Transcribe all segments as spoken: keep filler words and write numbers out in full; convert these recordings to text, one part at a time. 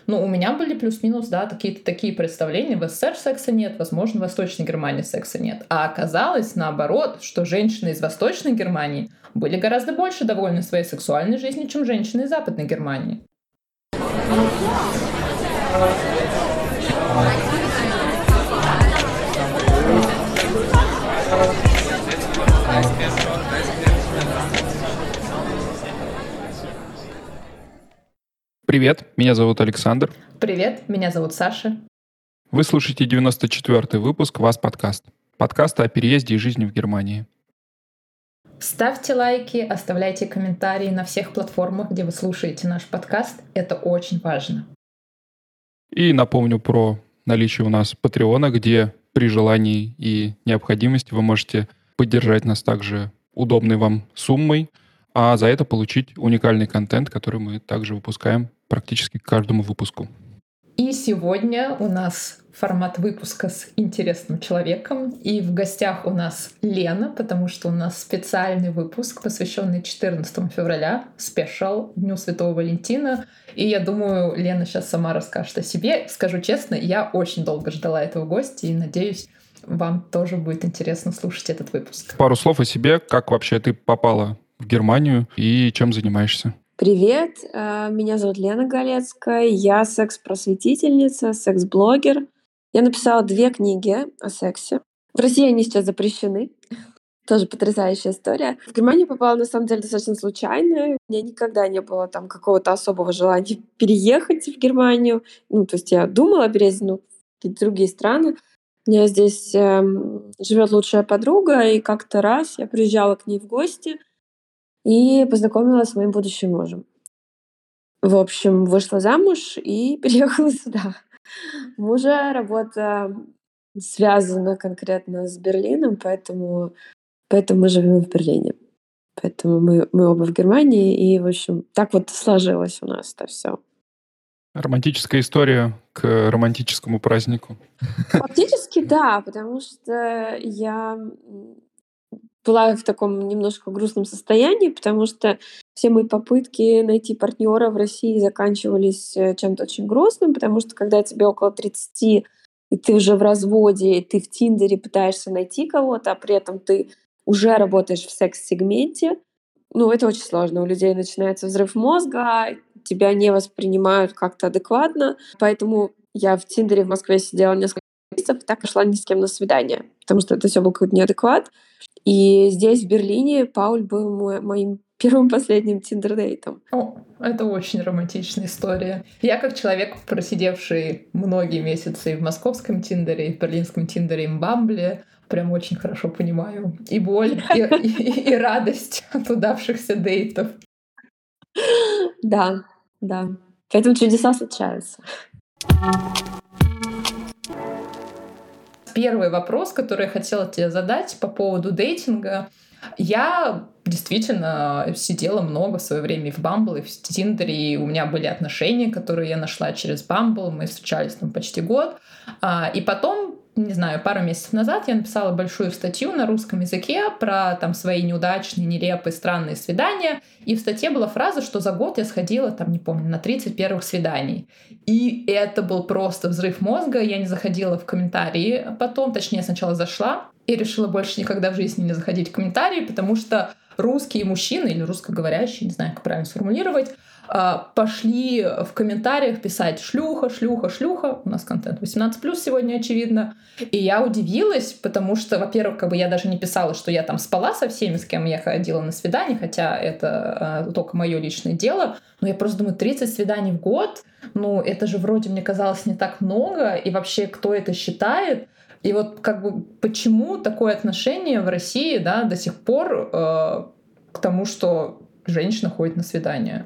Ну, у меня были плюс-минус, да, какие-то такие представления. В СССР секса нет, возможно, в Восточной Германии секса нет. А оказалось, наоборот, что женщины из Восточной Германии были гораздо больше довольны своей сексуальной жизнью, чем женщины из Западной Германии. Привет, меня зовут Александр. Привет, меня зовут Саша. Вы слушаете девяносто четвёртый выпуск «Вас подкаст». Подкаста о переезде и жизни в Германии. Ставьте лайки, оставляйте комментарии на всех платформах, где вы слушаете наш подкаст. Это очень важно. И напомню про наличие у нас Патреона, где при желании и необходимости вы можете поддержать нас также удобной вам суммой, а за это получить уникальный контент, который мы также выпускаем практически к каждому выпуску. И сегодня у нас формат выпуска с интересным человеком. И в гостях у нас Лена, потому что у нас специальный выпуск, посвященный четырнадцатому февраля, спешл, Дню Святого Валентина. И я думаю, Лена сейчас сама расскажет о себе. Скажу честно, я очень долго ждала этого гостя и надеюсь, вам тоже будет интересно слушать этот выпуск. Пару слов о себе. Как вообще ты попала в Германию и чем занимаешься? Привет, меня зовут Лена Галецкая, я секс-просветительница, секс-блогер. Я написала две книги о сексе. В России они сейчас запрещены. Тоже потрясающая история. В Германию попала, на самом деле, достаточно случайно. У меня никогда не было там какого-то особого желания переехать в Германию. Ну, то есть я думала о переезде, но в какие-то другие страны. У меня здесь э, живет лучшая подруга, и как-то раз я приезжала к ней в гости и познакомилась с моим будущим мужем. В общем, вышла замуж и переехала сюда. У мужа работа связана конкретно с Берлином, поэтому, поэтому мы живем в Берлине. Поэтому мы, мы оба в Германии, и, в общем, так вот сложилось у нас это все. Романтическая история к романтическому празднику. Фактически, да, потому что я была в таком немножко грустном состоянии, потому что все мои попытки найти партнера в России заканчивались чем-то очень грустным, потому что когда тебе около тридцати, и ты уже в разводе, и ты в Тиндере пытаешься найти кого-то, а при этом ты уже работаешь в секс-сегменте, ну, это очень сложно. У людей начинается взрыв мозга, тебя не воспринимают как-то адекватно. Поэтому я в Тиндере в Москве сидела несколько месяцев, и так пошла ни с кем на свидание, потому что это все был какой-то неадекват. И здесь, в Берлине, Пауль был мой, моим первым последним тиндер-дейтом. О, это очень романтичная история. Я, как человек, просидевший многие месяцы и в московском Тиндере, и в берлинском Тиндере, и в Бамбле, прям очень хорошо понимаю и боль, и, и, и радость от удавшихся дейтов. Да, да. Поэтому чудеса случаются. Первый вопрос, который я хотела тебе задать по поводу дейтинга. Я действительно сидела много в свое время и в Bumble, и в Тиндере, и у меня были отношения, которые я нашла через Bumble, мы встречались там почти год. И потом, не знаю, пару месяцев назад я написала большую статью на русском языке про там свои неудачные, нелепые, странные свидания, и в статье была фраза, что за год я сходила, там, не помню, на тридцать первых свиданий. И это был просто взрыв мозга, я не заходила в комментарии потом, точнее, сначала зашла, и решила больше никогда в жизни не заходить в комментарии, потому что русские мужчины или русскоговорящие, не знаю, как правильно сформулировать, пошли в комментариях писать «шлюха, шлюха, шлюха». У нас контент восемнадцать плюс сегодня, очевидно. И я удивилась, потому что, во-первых, как бы я даже не писала, что я там спала со всеми, с кем я ходила на свидание, хотя это э, только мое личное дело. Но я просто думаю, тридцать свиданий в год, ну это же вроде мне казалось не так много, и вообще кто это считает? И вот как бы почему такое отношение в России, да, до сих пор э, к тому, что женщина ходит на свидания?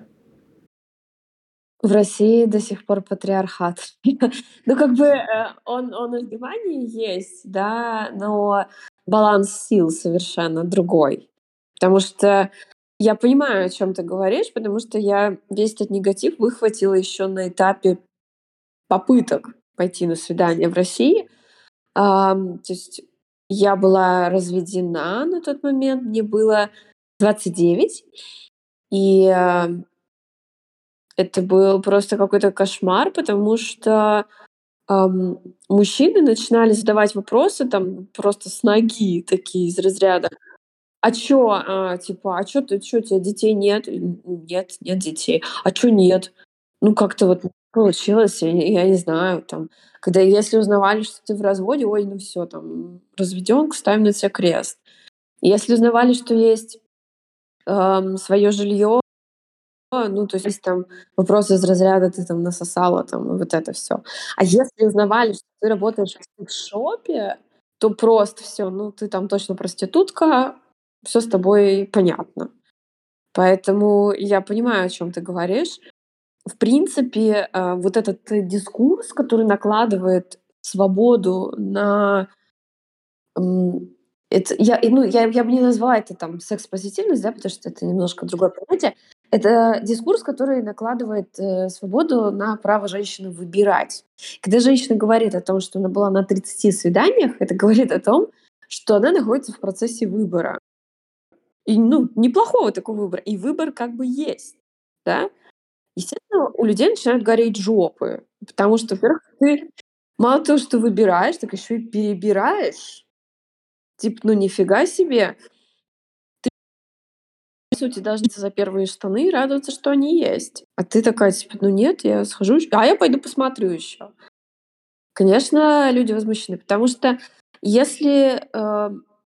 В России до сих пор патриархат. Ну, как бы он, он и в Германии есть, да, но баланс сил совершенно другой. Потому что я понимаю, о чем ты говоришь, потому что я весь этот негатив выхватила еще на этапе попыток пойти на свидание в России. А, то есть я была разведена на тот момент, мне было двадцать девять, и Это был просто какой-то кошмар, потому что, ам, мужчины начинали задавать вопросы там просто с ноги, такие из разряда: "А чё?" А, типа: "А чё ты, чё, у тя детей нет?" Н "Нет, нет детей". "А чё нет?" Ну, как-то вот получилось, я не я не знаю, там. Когда если узнавали, что ты в разводе, ой, ну всё, там, разведёнка, ставим на те крест. Если узнавали, что есть, ам, своё жильё, ну, то есть там вопросы из разряда: "Ты там насосала?" Там, и вот это всё. А если узнавали, что ты работаешь в секс-шопе, то просто всё, ну, ты там точно проститутка, всё с тобой понятно. Поэтому я понимаю, о чём ты говоришь. В принципе, э, вот этот дискурс, который накладывает свободу на м, это я, и, ну, я я бы не назвала это там секс-позитивность, да, потому что это немножко другое понятие. Это дискурс, который накладывает, э, свободу на право женщины выбирать. Когда женщина говорит о том, что она была на тридцати свиданиях, это говорит о том, что она находится в процессе выбора. И, ну, неплохого такого выбора. И выбор как бы есть, да. Естественно, у людей начинают гореть жопы, потому что, во-первых, ты мало того, что выбираешь, так ещё и перебираешь. Типа, ну нифига себе. Ты, по сути, должна за первые штаны и радоваться, что они есть. А ты такая типа: "Ну нет, я схожу ещё, а я пойду посмотрю ещё". Конечно, люди возмущены, потому что если, э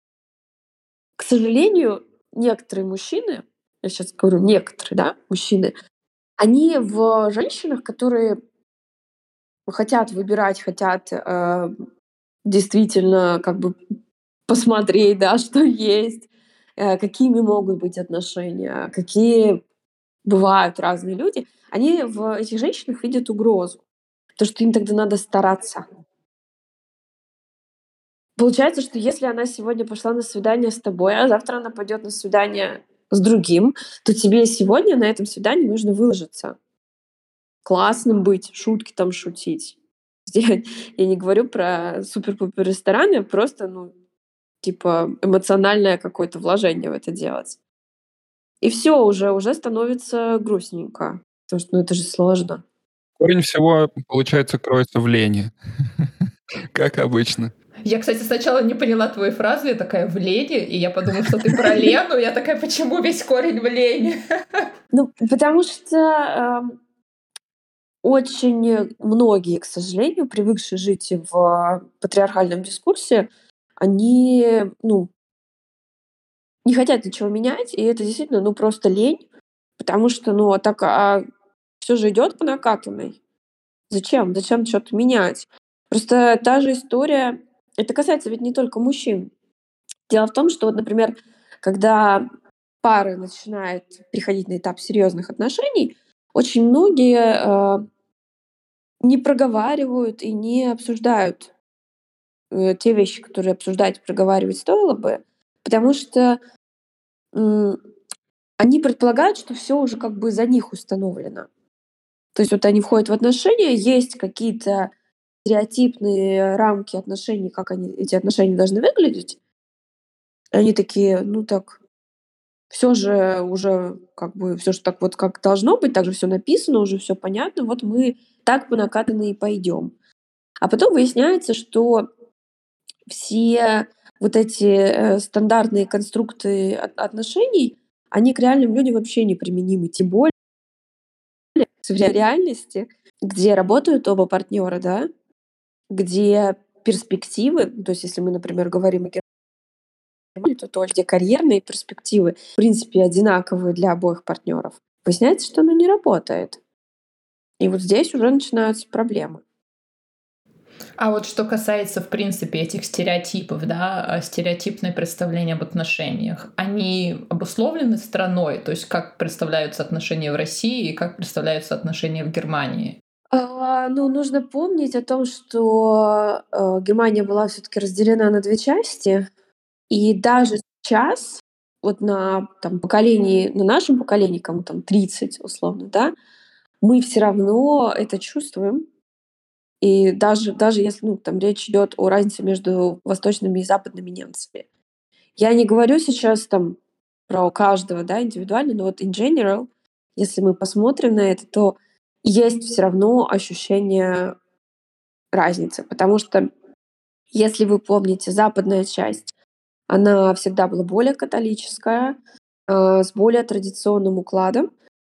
к сожалению, некоторые мужчины, я щас говорю некоторые, да, мужчины, они в женщинах, которые хотят выбирать, хотят, э, действительно как бы посмотреть, да, что есть, э, какими могут быть отношения, какие бывают разные люди. Они в этих женщинах видят угрозу. То, что им тогда надо стараться. Получается, что если она сегодня пошла на свидание с тобой, а завтра она пойдёт на свидание с другим, то тебе сегодня на этом свидании нужно выложиться. Классным быть, шутки там шутить. Я я не говорю про супер-пупер рестораны, просто, ну, типа эмоциональное какое-то вложение в это делать. И всё, уже уже становится грустненько, потому что, ну, это же сложно. Корень всего, получается, кроется в лени, как обычно. Я, кстати, сначала не поняла твою фразу, я такая: "В лени?" И я подумала, что ты про Лену. Я такая: "Почему весь корень в лени?" Ну, потому что, эм, очень многие, к сожалению, привыкшие жить в патриархальном дискурсе, они, ну не хотят ничего менять, и это действительно, ну, просто лень, потому что, ну, а так, а всё же идёт по накатанной. Зачем? Зачем чё-то менять? Просто та же история, это касается ведь не только мужчин. Дело в том, что вот, например, когда пара начинает переходить на этап серьёзных отношений, очень многие, э, не проговаривают и не обсуждают, э, те вещи, которые обсуждать и проговаривать стоило бы, потому что, м, они предполагают, что всё уже как бы за них установлено. То есть вот они входят в отношения, есть какие-то стереотипные рамки отношений, как они эти отношения должны выглядеть. Они такие: "Ну так всё же уже как бы, всё ж так вот, как должно быть, так же всё написано, уже всё понятно, вот мы так по накатанной и пойдём". А потом выясняется, что все вот эти, э, стандартные конструкты от отношений, они к реальным людям вообще неприменимы. Тем более в реальности, где работают оба партнёра, да, где перспективы, то есть если мы, например, говорим о Германии, то то где карьерные перспективы в принципе одинаковые для обоих партнёров, выясняется, что оно не работает. И вот здесь уже начинаются проблемы. А вот что касается, в принципе, этих стереотипов, да, а, стереотипные представления об отношениях, они обусловлены страной? То есть как представляются отношения в России и как представляются отношения в Германии? А, ну, нужно помнить о том, что, э, Германия была всё-таки разделена на две части. И даже сейчас, вот на там поколении, на нашем поколении, кому там тридцать условно, да, мы всё равно это чувствуем. И даже даже если, ну, там речь идёт о разнице между восточными и западными немцами. Я не говорю сейчас там про каждого, да, индивидуально, но вот in general если мы посмотрим на это, то есть все равно ощущение разницы. Потому что, если вы помните, западная часть, она всегда была более католическая, э, с более традиционным укладом.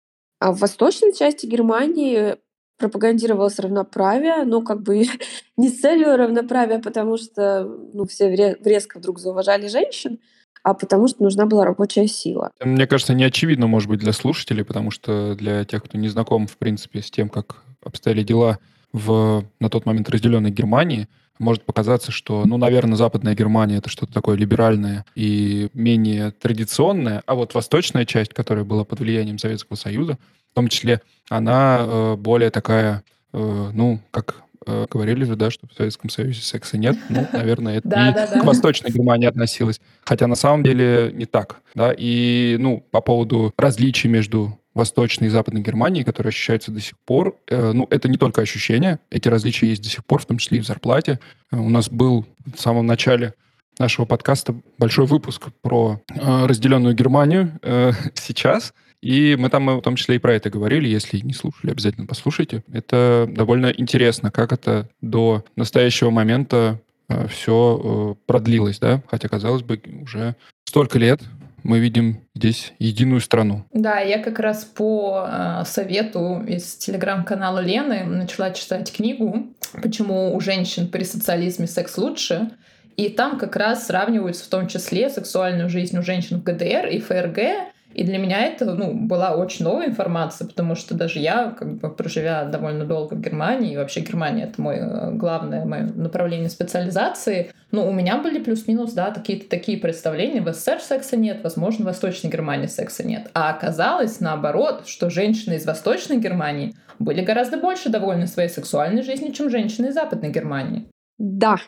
А в восточной части Германии пропагандировалось равноправие, но как бы не с целью равноправия, потому что ну, все вре- резко вдруг зауважали женщин, а потому что нужна была рабочая сила. Мне кажется, не очевидно, может быть, для слушателей, потому что для тех, кто не знаком, в принципе, с тем, как обстояли дела в на тот момент разделенной Германии, может показаться, что, ну, наверное, Западная Германия — это что-то такое либеральное и менее традиционное, а вот восточная часть, которая была под влиянием Советского Союза, в том числе, она э, более такая, э, ну, как э, говорили же, да, что в Советском Союзе секса нет. Ну, наверное, это Да, и да, к да. Восточной Германии относилось. Хотя на самом деле не так, да. И, ну, по поводу различий между Восточной и Западной Германией, которые ощущаются до сих пор, э, ну, это не только ощущения, эти различия есть до сих пор, в том числе и в зарплате. Э, у нас был в самом начале нашего подкаста большой выпуск про э, разделенную Германию э, сейчас, и мы там э, в том числе и про это говорили. Если не слушали, обязательно послушайте. Это довольно интересно, как это до настоящего момента э, все э, продлилось, да? Хотя, казалось бы, уже столько лет мы видим здесь единую страну. Да, я как раз по э, совету из телеграм-канала Лены начала читать книгу «Почему у женщин при социализме секс лучше». И там как раз сравниваются в том числе сексуальную жизнь у женщин в ГДР и ФРГ. И для меня это ну, была очень новая информация, потому что даже я, как бы проживя довольно долго в Германии, и вообще Германия — это мой э, главное мое направление специализации, ну, у меня были плюс-минус, да, какие-то такие представления. В СССР секса нет, возможно, в Восточной Германии секса нет. А оказалось, наоборот, что женщины из Восточной Германии были гораздо больше довольны своей сексуальной жизнью, чем женщины из Западной Германии. Да.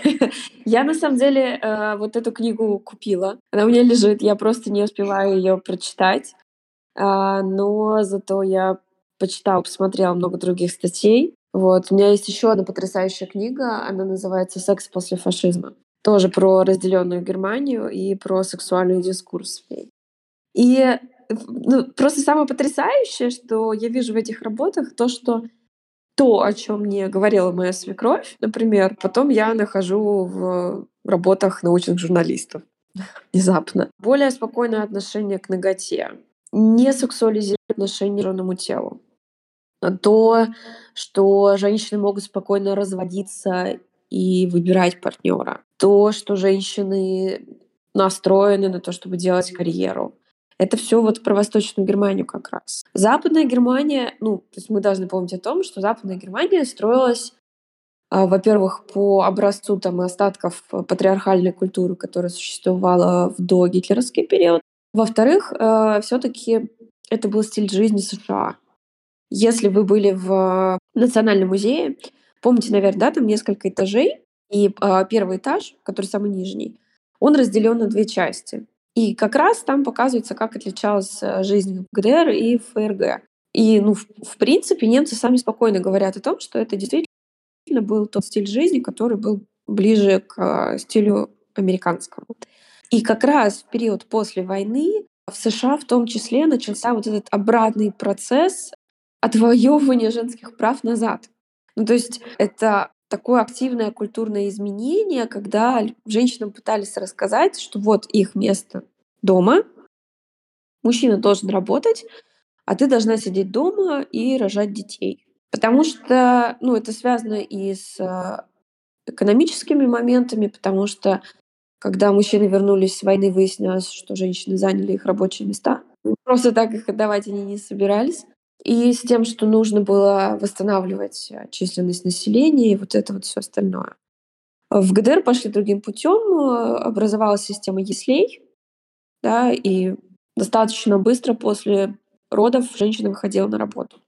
Я на самом деле э, вот эту книгу купила. Она у меня лежит, я просто не успеваю ее прочитать. А, но зато я почитала, посмотрела много других статей. Вот. У меня есть еще одна потрясающая книга, она называется «Секс после фашизма». Тоже про разделенную Германию и про сексуальный дискурс в ней. И ну, просто самое потрясающее, что я вижу в этих работах, то, что то, о чем мне говорила моя свекровь, например, потом я нахожу в работах научных журналистов внезапно. Более спокойное отношение к наготе, не сексуализировать отношение к женскому телу. А то, что женщины могут спокойно разводиться и выбирать партнера. То, что женщины настроены на то, чтобы делать карьеру. Это все вот про Восточную Германию как раз. Западная Германия, ну, то есть мы должны помнить о том, что Западная Германия строилась, а, во-первых, по образцу там остатков э, патриархальной культуры, которая существовала в догитлеровский период. Во-вторых, все таки это был стиль жизни США. Если вы были в Национальном музее, помните, наверное, да, там несколько этажей, и а, первый этаж, который самый нижний, он разделен на две части. И как раз там показывается, как отличалась э, жизнь в ГДР и в ФРГ. И, ну, в, в принципе, немцы сами спокойно говорят о том, что это действительно был тот стиль жизни, который был ближе к а, стилю американскому. И как раз в период после войны в США в том числе начался вот этот обратный процесс отвоевывания женских прав назад. Ну, то есть это такое активное культурное изменение, когда л- женщинам пытались рассказать, что вот их место дома, мужчина должен работать, а ты должна сидеть дома и рожать детей. Потому что, ну, это связано и с а, экономическими моментами, потому что когда мужчины вернулись с войны, выяснилось, что женщины заняли их рабочие места. Просто так их отдавать они не собирались. И с тем, что нужно было восстанавливать э, численность населения и вот это вот все остальное. В ГДР пошли другим путем, э, образовалась система яслей, да, и достаточно быстро после родов женщина выходила на работу.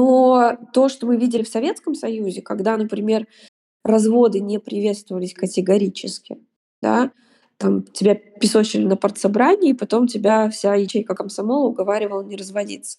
Но то, что мы видели в Советском Союзе, когда, например, разводы не приветствовались категорически, да, там тебя песочили на партсобрании, и потом тебя вся ячейка комсомола уговаривала не разводиться.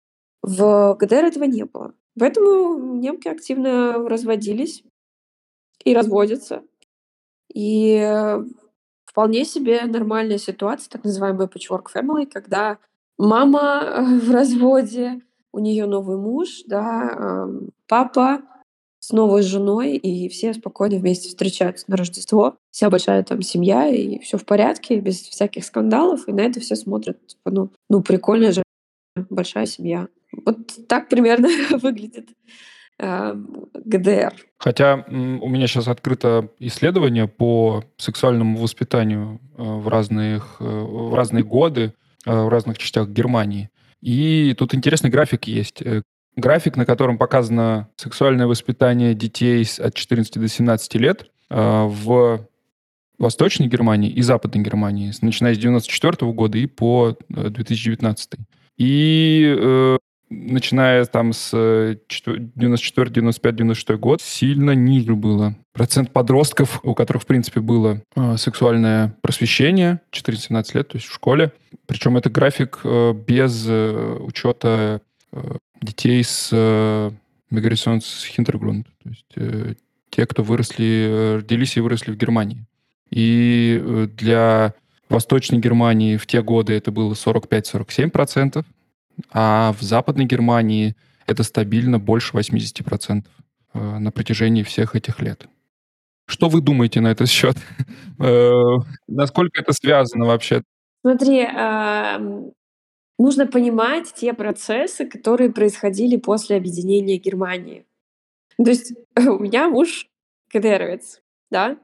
В ГДР этого не было. Поэтому немки активно разводились и разводятся. И э, вполне себе нормальная ситуация, так называемая patchwork family, когда мама э, в разводе, у нее новый муж, да, ам, папа с новой женой, и все спокойно вместе встречаются на Рождество. Вся большая там семья, и все в порядке, без всяких скандалов. И на это все смотрят, типа, ну, ну прикольная же большая семья. Вот так примерно выглядит ам, ГДР. Хотя м, у меня сейчас открыто исследование по сексуальному воспитанию э, в разных, э, в разные годы, э, в разных частях Германии. И тут интересный график есть. Э, График, на котором показано сексуальное воспитание детей с- от четырнадцати до семнадцати лет э, в Восточной Германии и Западной Германии, с- начиная с девяносто четвёртого года и по э, две тысячи девятнадцатый. И э, начиная там с э, четвёр- девяносто четвёртый, девяносто пятый, девяносто шестой год сильно ниже было. Процент подростков, у которых, в принципе, было э, сексуальное просвещение, четырнадцать-семнадцать лет, то есть в школе. Причем это график э, без э, учета э, детей с э, Migrationshintergrund, то есть э, те, кто выросли, э, родились и выросли в Германии. И э, для Восточной Германии в те годы это было сорок пять - сорок семь процентов, а в Западной Германии это стабильно больше восемьдесят процентов э, на протяжении всех этих лет. Что вы думаете на этот счет? Э, Насколько это связано вообще? Смотри, ам, нужно понимать те процессы, которые происходили после объединения Германии. То есть у меня муж ГДРовец, да,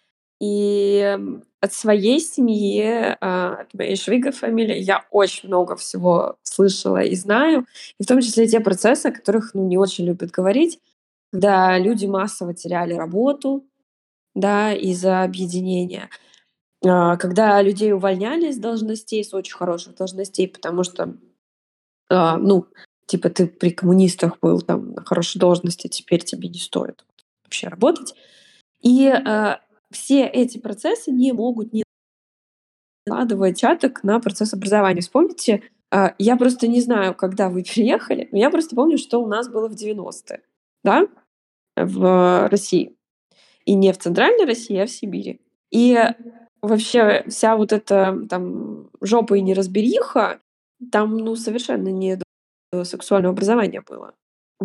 и м, от своей семьи, а, от моей швейгер-фамилии я очень много всего слышала и знаю, и в том числе те процессы, о которых ну, не очень любят говорить, когда люди массово теряли работу, да, из-за объединения, а, когда людей увольняли с должностей, с очень хороших должностей, потому что, а, ну, типа ты при коммунистах был там на хорошей должности, теперь тебе не стоит вообще работать. И а, все эти процессы не могут не накладывать отпечаток на процесс образования. Вспомните, а, я просто не знаю, когда вы переехали, но я просто помню, что у нас было в девяностые, да, в России. И не в центральной России, а в Сибири. И вообще вся вот эта там жопа и неразбериха, там, ну, совершенно не до сексуального образования было.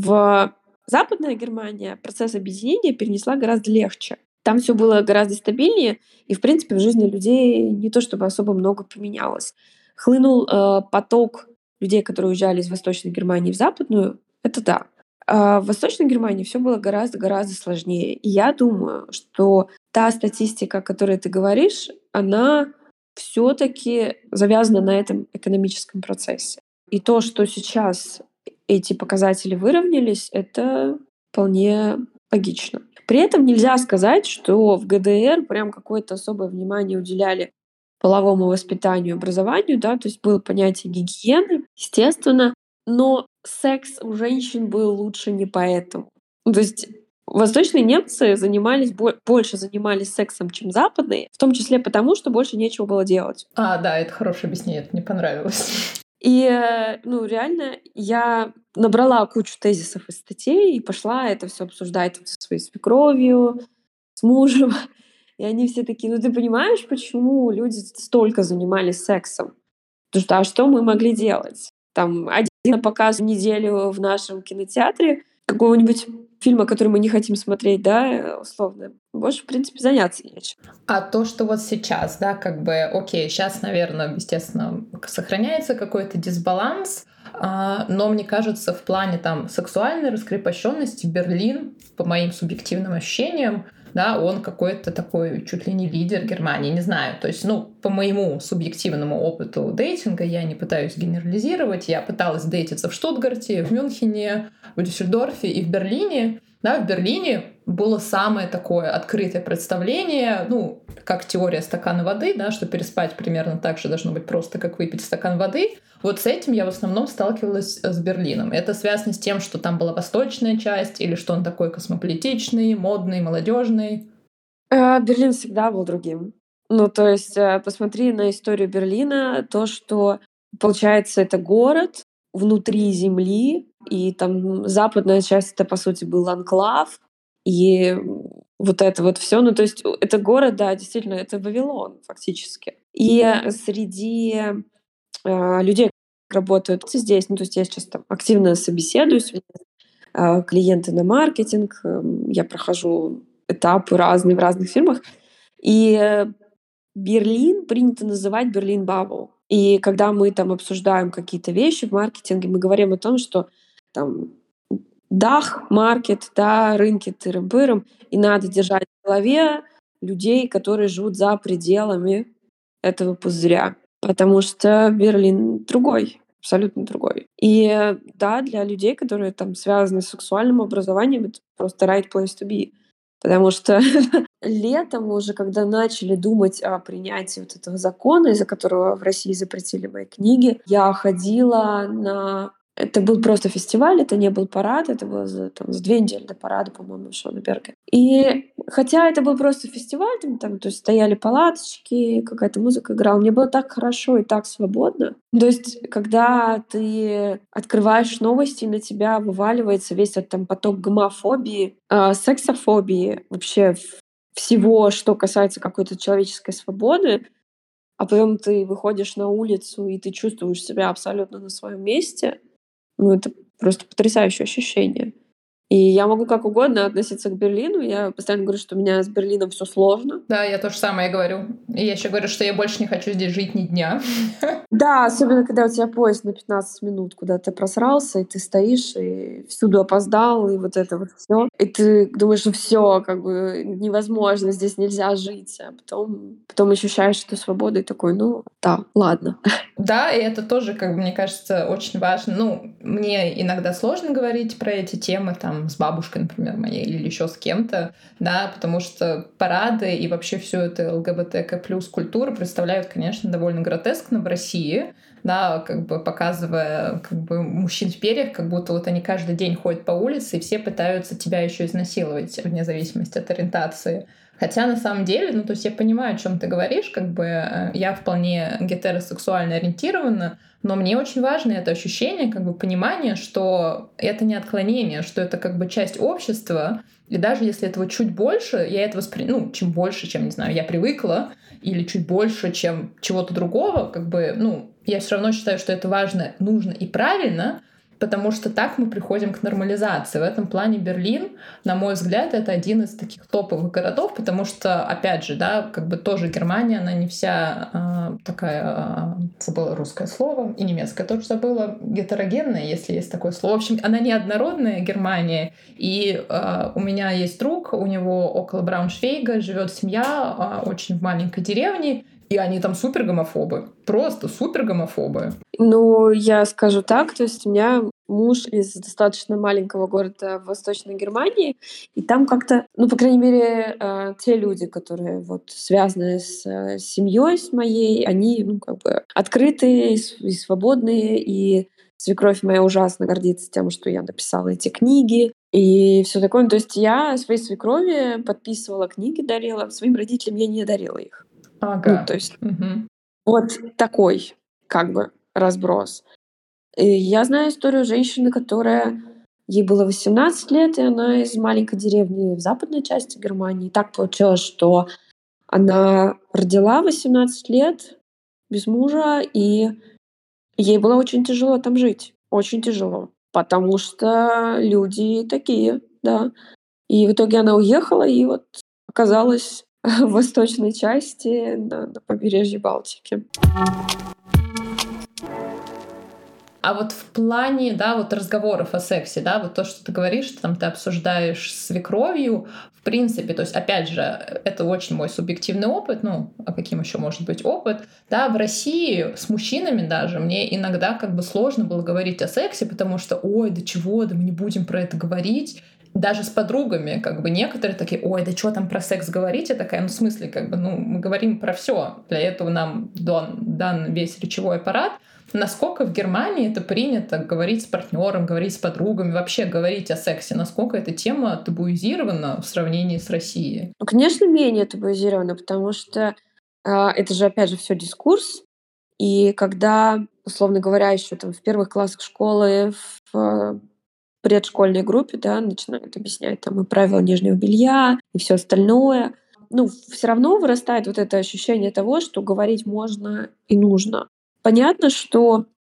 В Западная Германия процесс объединения перенесла гораздо легче. Там все было гораздо стабильнее, и, в принципе, в жизни людей не то чтобы особо много поменялось. Хлынул э, поток людей, которые уезжали из Восточной Германии в Западную, это да. А в Восточной Германии все было гораздо-гораздо сложнее. И я думаю, что та статистика, о которой ты говоришь, она все таки завязана на этом экономическом процессе. И то, что сейчас эти показатели выровнялись, это вполне логично. При этом нельзя сказать, что в ГДР прям какое-то особое внимание уделяли половому воспитанию и образованию, да, то есть было понятие гигиены, естественно, но секс у женщин был лучше не поэтому. Ну, то есть восточные немцы занимались бо- больше занимались сексом, чем западные, в том числе потому, что больше нечего было делать. А, да, это хорошее объяснение, это мне понравилось. И, э, ну, реально, я набрала кучу тезисов и статей и пошла это все обсуждать там со своей свекровью, с мужем. И они все такие: "Ну, ты понимаешь, почему люди столько занимались сексом? Потому что, а что мы могли делать? Там один показ в неделю в нашем кинотеатре какого-нибудь фильма, который мы не хотим смотреть, да, э, условно. Больше, в принципе, заняться нечем". А то, что вот сейчас, да, как бы, окей, сейчас, наверное, естественно, к- сохраняется какой-то дисбаланс, а, но мне кажется, в плане там сексуальной раскрепощенности Берлин, по моим субъективным ощущениям, да, он какой-то такой чуть ли не лидер Германии, не знаю. То есть, ну, по моему субъективному опыту дейтинга, я не пытаюсь генерализировать, я пыталась дейтиться в Штутгарте, в Мюнхене, в Дюссельдорфе и в Берлине. Да, в Берлине было самое такое открытое представление, ну, как теория стакана воды, да, что переспать примерно так же должно быть просто, как выпить стакан воды. Вот с этим я в основном сталкивалась с Берлином. Это связано с тем, что там была восточная часть, или что он такой космополитичный, модный, молодежный. Э, Берлин всегда был другим. Ну, то есть, э, посмотри на историю Берлина, то, что, получается, это город внутри земли, и там западная часть — это, по сути, был анклав, и м, вот это вот все. Ну, то есть, у это город, да, действительно, это Вавилон фактически. И э, среди, э, людей, работают здесь. Ну, то есть я сейчас там активно собеседуюсь, а, клиенты на маркетинг, эм, я прохожу этапы разные в разных фирмах. И э, Берлин принято называть Берлин Бабл. И когда мы там обсуждаем какие-то вещи в маркетинге, мы говорим о том, что там дах, маркет, да, рынки тырым-пырым, и надо держать в голове людей, которые живут за пределами этого пузыря. Потому что Берлин другой, абсолютно другой. И э, да, для людей, которые там связаны с сексуальным образованием, это просто right place to be. Потому что летом уже, когда начали думать о принятии вот этого закона, из-за которого в России запретили мои книги, я ходила на... Это был просто фестиваль, это не был парад, это было за, там, за две недели до парада, по-моему, в Шонеберге. И хотя это был просто фестиваль, там, там то есть стояли палаточки, какая-то музыка играла, мне было так хорошо и так свободно. То есть, когда ты открываешь новости, на тебя вываливается весь этот там поток гомофобии, э, сексофобии, вообще всего, что касается какой-то человеческой свободы, а потом ты выходишь на улицу, и ты чувствуешь себя абсолютно на своем месте. Ну, это просто потрясающее ощущение. И я могу как угодно относиться к Берлину. Я постоянно говорю, что у меня с Берлином все сложно. Да, я то же самое говорю. И я еще говорю, что я больше не хочу здесь жить ни дня. Да, особенно когда у тебя поезд на пятнадцать минут, куда ты просрался, и ты стоишь, и всюду опоздал, и вот это вот все. И ты думаешь, что все, как бы невозможно, здесь нельзя жить. А потом, потом ощущаешь эту свободу и такой, ну да, ладно. Да, и это тоже, как бы, мне кажется, очень важно. Ну, мне иногда сложно говорить про эти темы там с бабушкой, например, моей, или еще с кем-то, да, потому что парады и вообще всю эту ЛГБТК плюс культуру представляют, конечно, довольно гротескно в России, да, как бы показывая как бы мужчин в перьях, как будто вот они каждый день ходят по улице, и все пытаются тебя еще изнасиловать, вне зависимости от ориентации. Хотя на самом деле, ну то есть я понимаю, о чем ты говоришь, как бы э, я вполне гетеросексуально ориентирована, но мне очень важно это ощущение, как бы понимание, что это не отклонение, что это как бы часть общества, и даже если этого чуть больше, я это воспринимаю, ну, чем больше, чем, не знаю, я привыкла, или чуть больше, чем чего-то другого, как бы, ну, я все равно считаю, что это важно, нужно и правильно, потому что так мы приходим к нормализации. В этом плане Берлин, на мой взгляд, это один из таких топовых городов, потому что, опять же, да, как бы тоже Германия, она не вся э, такая, э, забыла русское слово, и немецкое тоже забыла, гетерогенная, если есть такое слово. В общем, она неоднородная, Германия. И э, у меня есть друг, у него около Брауншвейга живет семья, э, очень в маленькой деревне, и они там супер гомофобы. Просто супер гомофобы. Ну, я скажу так, то есть у меня муж из достаточно маленького города в Восточной Германии, и там как-то, ну, по крайней мере, э, те люди, которые вот связаны с э, семьей с моей, они, ну, как бы открытые и, с- и свободные, и свекровь моя ужасно гордится тем, что я написала эти книги, и все такое. Ну, то есть я своей свекрови подписывала книги, дарила, своим родителям я не дарила их. Ну, то Ага. есть Мгм. вот такой как бы разброс. И я знаю историю женщины, которая ей было восемнадцать лет, и она из маленькой деревни в западной части Германии. И так получилось, что она родила в восемнадцать лет без мужа, и ей было очень тяжело там жить. Очень тяжело. Потому что люди такие, да. И в итоге она уехала и вот оказалась в восточной части на, на побережье Балтики. А вот в плане, да, вот разговоров о сексе, да, вот то, что ты говоришь, что там ты обсуждаешь с свекровью, в принципе, то есть, опять же, это очень мой субъективный опыт, ну, а каким еще может быть опыт, да, в России с мужчинами даже мне иногда как бы сложно было говорить о сексе, потому что, ой, да чего, да мы не будем про это говорить, даже с подругами, как бы некоторые такие, ой, да что там про секс говорить? Я такая, ну в смысле, как бы, ну мы говорим про все, для этого нам дан, дан весь речевой аппарат. Насколько в Германии это принято говорить с партнером, говорить с подругами, вообще говорить о сексе? Насколько эта тема табуизирована в сравнении с Россией? Ну, конечно, менее табуизировано, потому что а, это же, опять же, все дискурс. И когда, условно говоря, еще там в первых классах школы, в э, предшкольной группе, да, начинают объяснять там и правила нижнего белья, и все остальное, ну, все равно вырастает вот это ощущение того, что говорить можно и нужно. Понятно, что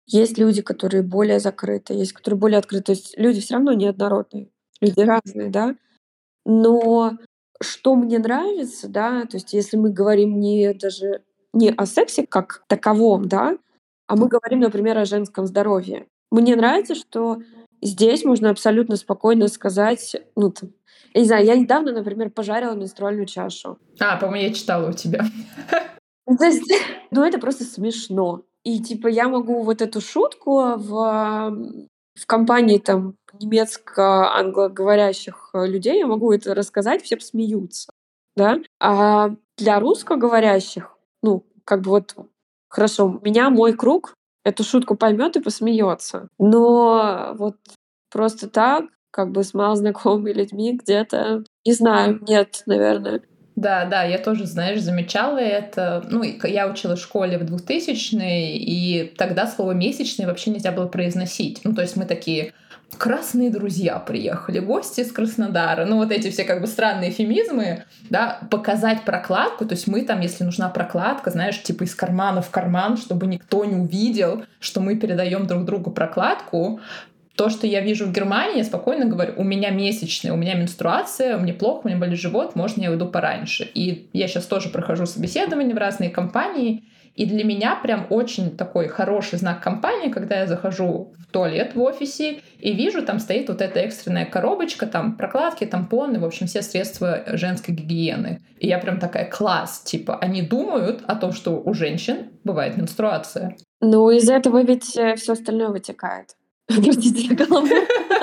Есть люди, которые более закрыты, есть которые более открыты. То есть люди все равно неоднородные, люди разные, да. Но что мне нравится, да, то есть если мы говорим не даже не о сексе как таковом, да, а мы говорим, например, о женском здоровье. Мне нравится, что здесь можно абсолютно спокойно сказать, ну, там, я не знаю, я недавно, например, пожарила менструальную чашу. А, по-моему, я читала у тебя. Ну, то есть, ну, это просто смешно. И типа я могу вот эту шутку в, м, в компании там немецко-англоговорящих э, людей, я могу это рассказать, все посмеются, да. А для русскоговорящих, ну, как бы вот, хорошо, меня мой круг эту шутку поймет и посмеется. Но вот просто так, как бы с малознакомыми людьми где-то, не знаю, нет, наверное. Да, да, я тоже, знаешь, замечала это. Ну, и к- я училась в школе в двухтысячные, и тогда слово «месячные» вообще нельзя было произносить. Ну, то есть мы такие красные друзья приехали, гости из Краснодара. Ну, вот эти все как бы странные эфемизмы, да, показать прокладку. То есть мы там, если нужна прокладка, знаешь, типа из кармана в карман, чтобы никто не увидел, что мы передаем друг другу прокладку. То, что я вижу в Германии, я спокойно говорю, у меня месячные, у меня менструация, мне плохо, у меня болит живот, можно я уйду пораньше. И я сейчас тоже прохожу собеседование в разные компании, и для меня прям очень такой хороший знак компании, когда я захожу в туалет в офисе и вижу, там стоит вот эта экстренная коробочка, там прокладки, тампоны, в общем, все средства женской гигиены. И я прям такая, класс, типа, они думают о том, что у женщин бывает менструация. Ну, из этого ведь все остальное вытекает. Простите за каламбур.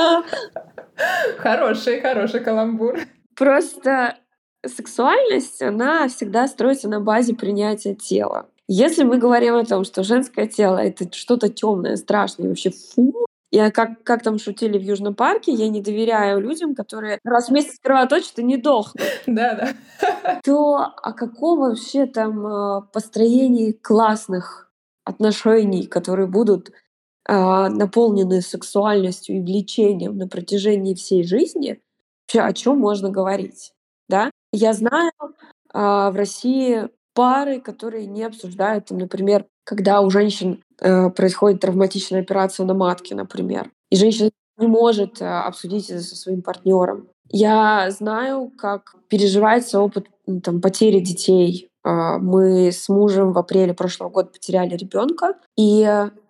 Хороший, хороший каламбур. Просто сексуальность, она всегда строится на базе принятия тела. Если мы говорим о том, что женское тело — это что-то темное, страшное, и вообще фу, я как, как там шутили в Южном парке, я не доверяю людям, которые раз в месяц кровоточат и не дохнут, Да, да. то о каком вообще там э, построении классных отношений, которые будут а, наполнены сексуальностью и влечением на протяжении всей жизни, вообще о чем можно говорить, да? Я знаю а, в России пары, которые не обсуждают, там, например, когда у женщин э, происходит травматичная операция на матке, например, и женщина не может э, обсудить это со своим партнером. Я знаю, как переживается опыт м, там, потери детей. А, Мы с мужем в апреле прошлого года потеряли ребенка, и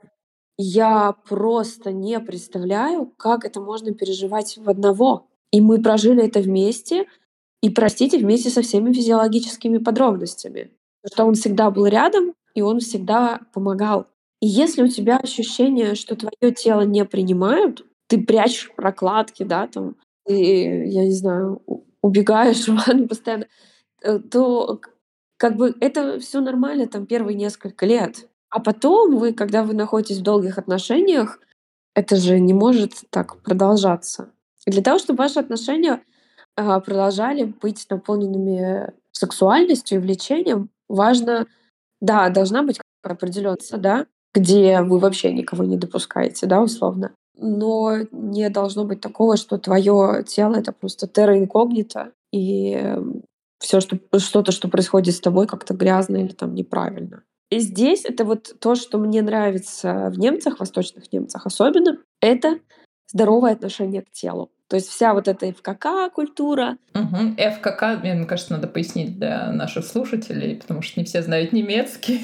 я просто не представляю, как это можно переживать в одного. И мы прожили это вместе, и, простите, вместе со всеми физиологическими подробностями. Потому что он всегда был рядом, и он всегда помогал. И если у тебя ощущение, что твое тело не принимают, ты прячешь прокладки, да, там, и, я не знаю, у- убегаешь в ванну постоянно, э, то к как бы это все нормально там первые несколько лет. А потом вы, когда вы находитесь в долгих отношениях, это же не может так продолжаться. И для того, чтобы ваши отношения, а, продолжали быть наполненными сексуальностью и влечением, важно, да, должна быть определенная, да, где вы вообще никого не допускаете, да, условно. Но не должно быть такого, что твое тело — это просто терра инкогнито, и все, что что-то, что происходит с тобой, как-то грязно или там неправильно. И здесь это вот то, что мне нравится в немцах, восточных немцах особенно, это здоровое отношение к телу. То есть вся вот эта эф ка ка-культура. Мгм. эф ка ка, мне мне кажется, надо пояснить для наших слушателей, потому что не все знают немецкий.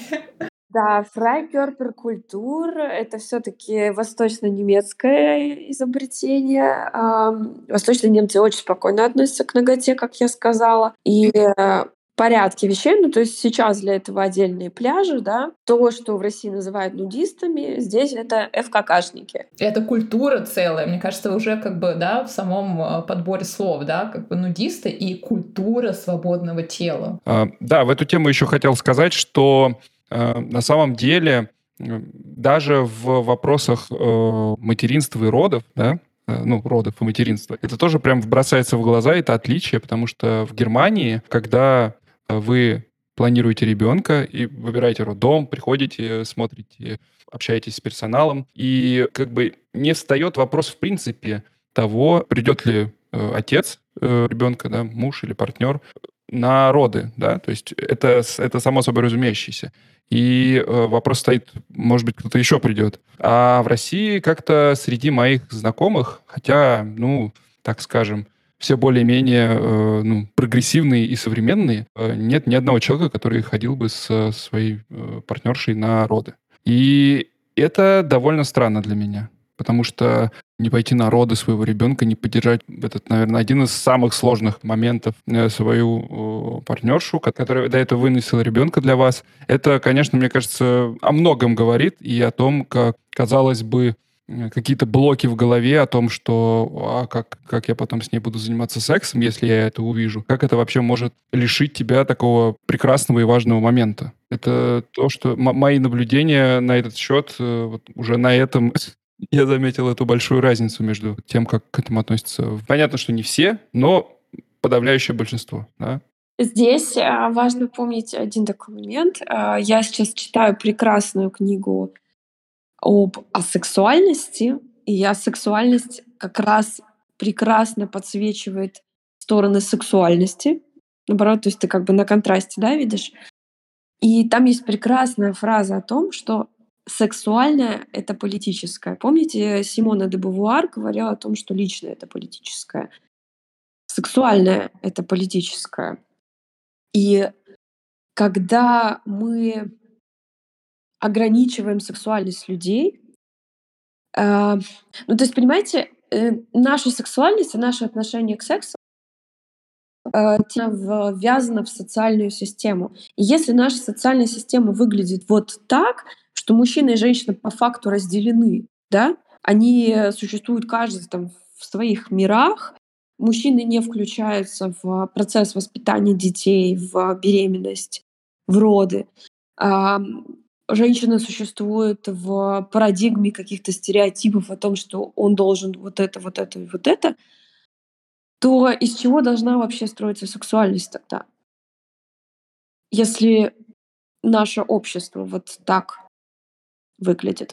Да, Фрайкörperkultur — это все таки восточно-немецкое изобретение. Ам, восточные немцы очень спокойно относятся к наготе, как я сказала. И, э, порядке вещей, ну, то есть сейчас для этого отдельные пляжи, да. То, что в России называют нудистами, здесь это эф ка кашники. Это культура целая. Мне кажется, уже как бы, да, в самом э, подборе слов, да, как бы нудисты и культура свободного тела. А, Да, в эту тему еще хотел сказать, что э, на самом деле э, даже в вопросах э, материнства и родов, да, э, ну, родов и материнства, это тоже прям бросается в глаза, это отличие, потому что в Германии, когда э, вы планируете ребенка и выбираете роддом, приходите, смотрите, общаетесь с персоналом, и как бы не встает вопрос в принципе того, придет ли э, отец э, ребенка, да, муж или партнер, на роды, да, то есть это, с- это само собой разумеющееся. И э, вопрос стоит, может быть, кто-то еще придет. А в России как-то среди моих знакомых, хотя, ну, так скажем, все более-менее э, ну, прогрессивные и современные, э, нет ни одного человека, который ходил бы с своей э, партнершей на роды. И это довольно странно для меня, потому что не пойти на роды своего ребенка, не поддержать этот, наверное, один из самых сложных моментов э, свою э, партнершу, ко- которая до этого выносила ребенка для вас. Это, конечно, мне кажется, о многом говорит и о том, как, казалось бы, э, какие-то блоки в голове о том, что а как, как я потом с ней буду заниматься сексом, если я это увижу, как это вообще может лишить тебя такого прекрасного и важного момента. Это то, что м- мои наблюдения на этот счет, э, вот уже на этом я заметил эту большую разницу между тем, как к этому относятся. Понятно, что не все, но подавляющее большинство, да? Здесь а, важно помнить один такой момент. А, Я сейчас читаю прекрасную книгу об асексуальности, и асексуальность как раз прекрасно подсвечивает стороны сексуальности. Наоборот, то есть ты как бы на контрасте, да, видишь? И там есть прекрасная фраза о том, что сексуальное — это политическое. Помните, Симона де Бувуар говорила о том, что личное — это политическое, сексуальное — это политическое. И когда мы ограничиваем сексуальность людей, э, ну, то есть, понимаете, э, наша сексуальность и наше отношение к сексу э, те- в- ввязано в социальную систему. И если наша социальная система выглядит вот так, что мужчина и женщина по факту разделены, да, они э, существуют каждый там в своих мирах, мужчины не включаются в процесс воспитания детей, в беременность, в роды. Ам, Женщина существует в парадигме каких-то стереотипов о том, что он должен вот это, вот это и вот это, то из чего должна вообще строиться сексуальность тогда? Если наше общество вот так выглядит.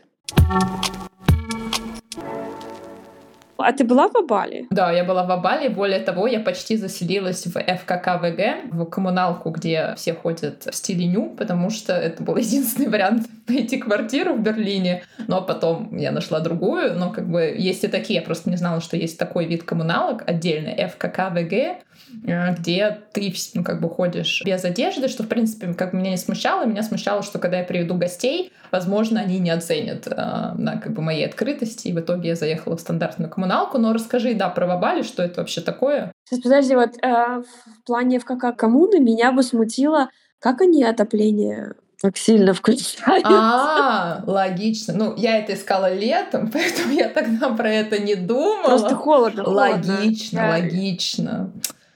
А ты была в Бали? Да, я была в Бали. Более того, я почти заселилась в эф ка ка вэ гэ, в коммуналку, где все ходят в стиле ню, потому что это был единственный вариант найти квартиру в Берлине. Но потом я нашла другую. Но как бы есть и такие. Я просто не знала, что есть такой вид коммуналок отдельно, эф ка ка вэ гэ, э, где ты ну, как бы ходишь без одежды, что, в принципе, как бы меня не смущало. Меня смущало, что когда я приведу гостей, возможно, они не оценят э, на как бы моей открытости. И в итоге я заехала в стандартную коммуналку. Но расскажи, да, про Бали, что это вообще такое? Сейчас, подожди, вот э, в плане эф ка ка коммуны меня бы смутило, как они отопление так сильно включают. А, логично. Ну, я это искала летом, поэтому я тогда про это не Просто думала. холодно, холодно. Логично, Я- логично.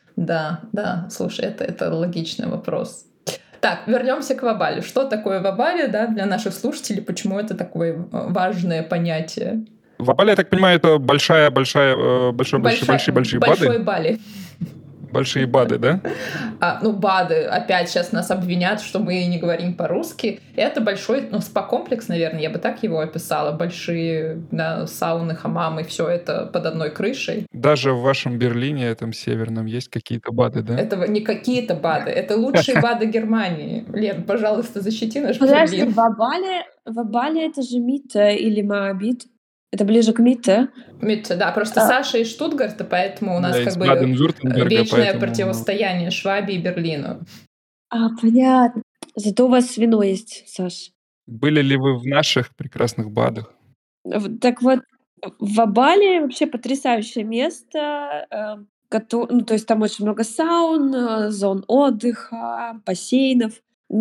Да, да, слушай, это, это логичный вопрос. Так, вернемся к Вабали. Что такое Вабали, да, для наших слушателей? Почему это такое э, важное понятие? В Бали, я так понимаю, это большая-большая, э, большой-большой-большие-большие бады? Большой Бали. Большие бады, да? А, ну, БАДы, опять сейчас нас обвинят, что мы не говорим по-русски. Это большой, ну, спа-комплекс, наверное, я бы так его описала. Большие, да, сауны, хамамы, все это под одной крышей. Даже в вашем Берлине, этом северном, есть какие-то бады, да? Это не какие-то БАДы, это лучшие БАДы Германии. Лен, пожалуйста, защити наш Подожди, Берлин. в Бали, в Бали это же Митте или Моабит? Это ближе к Митте. Митте, да, просто А. Саша из Штутгарта, поэтому у нас Да, как из бы Баден-Вюртемберга, вечное поэтому- противостояние Швабии и Берлину. А, понятно. Зато у вас вино есть, Саш. Были ли вы в наших прекрасных бадах? В- Так вот, в Бали вообще потрясающее место. э, кото- Ну, то есть там очень много саун, э, зон отдыха, бассейнов.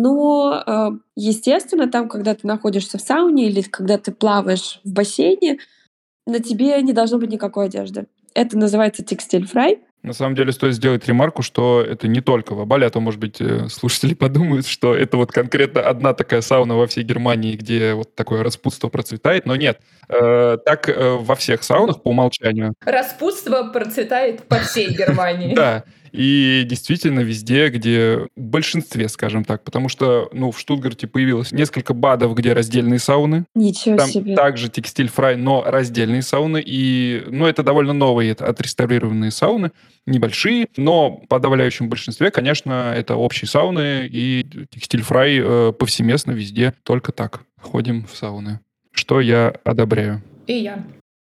Но, э, естественно, там, когда ты находишься в сауне или когда ты плаваешь в бассейне, на тебе не должно быть никакой одежды. Это называется текстиль-фрай. На самом деле стоит сделать ремарку, что это не только в Бали, а то, может быть, э, слушатели подумают, что это вот конкретно одна такая сауна во всей Германии, где вот такое распутство процветает, но нет. Э, Так э, во всех саунах по умолчанию. Распутство процветает по всей Германии. Да, и действительно везде, где в большинстве, скажем так, потому что, ну, в Штутгарте появилось несколько бадов, где раздельные сауны, Ничего там себе. также текстиль-фрай, но раздельные сауны. И, ну, это довольно новые, это отреставрированные сауны. небольшие, но в подавляющем большинстве, конечно, это общие сауны и текстиль-фрай э, повсеместно везде. Только так ходим в сауны, что я одобряю. И я.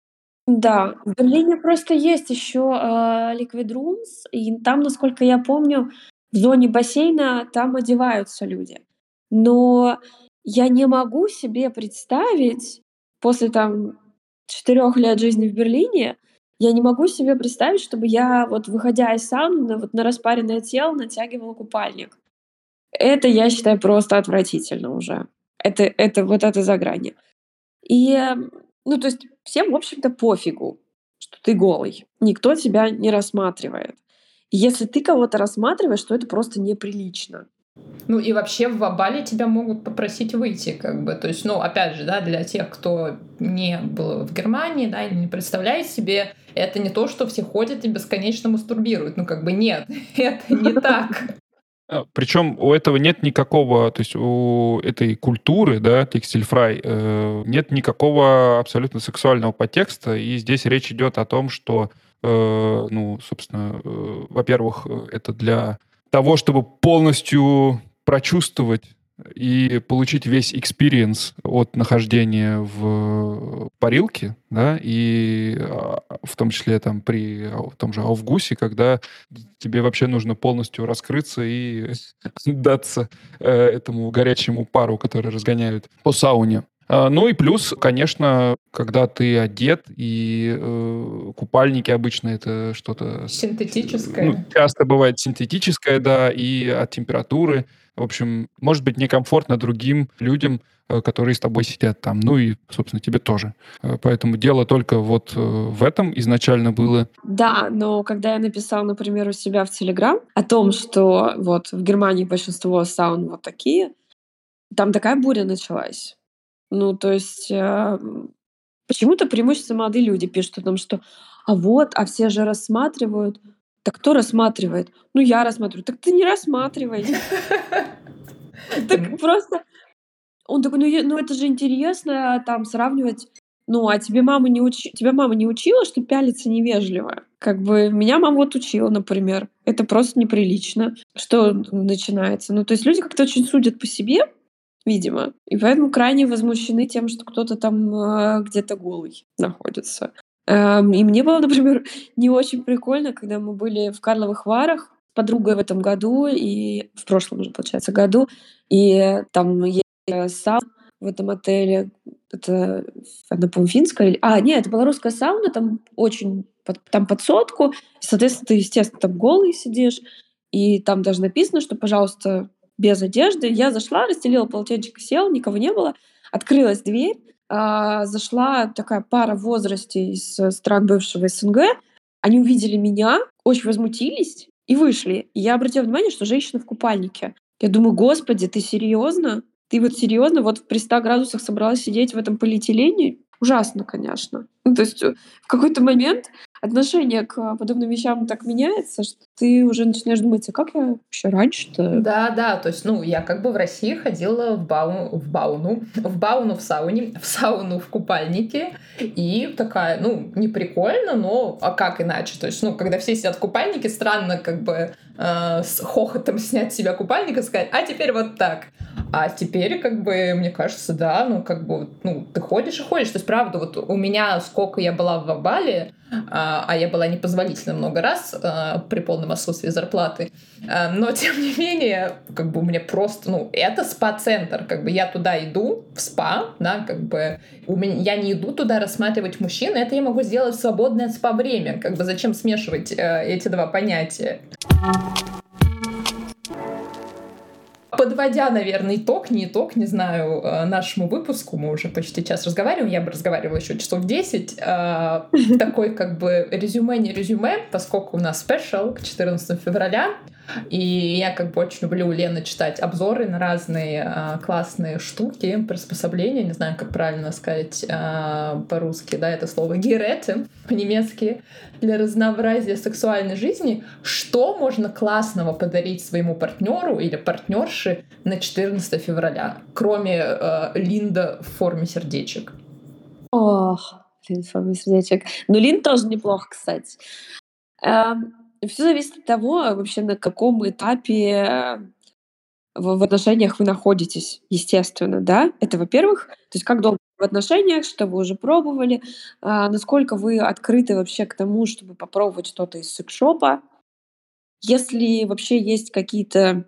Да, в Берлине просто есть еще э, Liquid Rooms, и там, насколько я помню, в зоне бассейна там одеваются люди. Но я не могу себе представить после там четырех лет жизни в Берлине, я не могу себе представить, чтобы я вот выходя из сауны вот на распаренное тело натягивала купальник. Это, я считаю, просто отвратительно уже. Это, это вот это за гранью. И, э, ну, то есть всем, в общем-то, пофигу, что ты голый. Никто тебя не рассматривает. И если ты кого-то рассматриваешь, то это просто неприлично. Ну и вообще в Вабале тебя могут попросить выйти, как бы. То есть, ну, опять же, да, для тех, кто не был в Германии, да, или не представляет себе, это не то, что все ходят и бесконечно мастурбируют. Ну, как бы нет, это не так. Причем у этого нет никакого, то есть у этой культуры, да, текстиль-фрай, э, нет никакого абсолютно сексуального подтекста, и здесь речь идет о том, что, э, ну, собственно, э, во-первых, это для того, чтобы полностью прочувствовать и получить весь экспириенс от нахождения в парилке, да, и а, в том числе там при а, в том же Ауфгусе, когда тебе вообще нужно полностью раскрыться и даться э, этому горячему пару, который разгоняют по сауне. А, Ну и плюс, конечно, когда ты одет, и э, купальники обычно это что-то, ну, Синтетическое. часто бывает синтетическое, да, и от температуры. В общем, может быть некомфортно другим людям, э, которые с тобой сидят там. Ну и, собственно, тебе тоже. Э, Поэтому дело только вот э, в этом изначально было. Да, но когда я написала, например, у себя в Телеграм о том, что вот в Германии большинство саун вот такие, там такая буря началась. Ну, то есть э, почему-то преимущественно молодые люди пишут о том, что а вот, а все же рассматривают. Так кто рассматривает? Ну, я рассматриваю. Так ты не рассматривай. Так просто он такой: "Ну я ну это же интересно там сравнивать". Ну, а тебе мама не учи тебя мама не учила, что пялиться невежливо? Как бы меня мама вот учила, например. Это просто неприлично. Что начинается? Ну, то есть люди как-то очень судят по себе, видимо, и поэтому крайне возмущены тем, что кто-то там, а, где-то голый находится. Эм, и мне было, например, не очень прикольно, когда мы были в Карловых Варах с подругой в этом году и в прошлом уже, получается, году, и там есть э, сауна в этом отеле. Это она, по-моему, финская или а, нет, это была русская сауна, там очень под там под сотку. И, соответственно, ты, естественно, там голый сидишь, и там даже написано, что, пожалуйста, без одежды. Я зашла, расстелила полотенчик, села, никого не было. Открылась дверь, а, зашла такая пара в возрасте из э, стран бывшего СНГ. Они увидели меня, очень возмутились и вышли. И я обратила внимание, что женщина в купальнике. Я думаю: "Господи, ты серьезно? Ты вот серьезно вот при ста градусах собралась сидеть в этом полиэтилене?" Ужасно, конечно. Ну, то есть э, в какой-то момент отношение к подобным вещам так меняется, что ты уже начинаешь думать: "А как я вообще раньше-то?" Да, да, то есть, ну, я как бы в России ходила в бау, в бауну, в бауну в сауне, в сауну в купальнике, и такая, ну, не прикольно, но а как иначе? То есть, ну, когда все сидят в купальнике, странно как бы э, с хохотом снять с себя купальник и сказать: "А теперь вот так". А теперь, как бы, мне кажется, да, ну, как бы, ну, ты ходишь и ходишь. То есть, правда, вот у меня, сколько я была в Бали, а, а я была непозволительно много раз а, при полном отсутствии зарплаты, а, но, тем не менее, как бы, у меня просто, ну, это спа-центр, как бы, я туда иду, в спа, да, как бы, у меня, я не иду туда рассматривать мужчин, это я могу сделать в свободное от спа время, как бы, зачем смешивать э, эти два понятия? Подводя, наверное, итог, не итог, не знаю, э, нашему выпуску, мы уже почти час разговариваем, я бы разговаривала еще часов десять, э, такой как бы резюме, не резюме, поскольку у нас спешл к четырнадцатому февраля, и я как бы очень люблю у Лены читать обзоры на разные э, классные штуки, приспособления, не знаю, как правильно сказать э, по-русски, да, это слово «гереты» по-немецки, для разнообразия сексуальной жизни. Что можно классного подарить своему партнеру или партнерше на четырнадцатое февраля, кроме э, линда в форме сердечек? Ох, линд в форме сердечек. Ну, линд тоже неплохо, кстати. Эм, Все зависит от того, вообще на каком этапе в в отношениях вы находитесь, естественно, да. Это, во-первых. То есть как долго вы в отношениях, что вы уже пробовали, а, насколько вы открыты вообще к тому, чтобы попробовать что-то из секс-шопа. Если вообще есть какие-то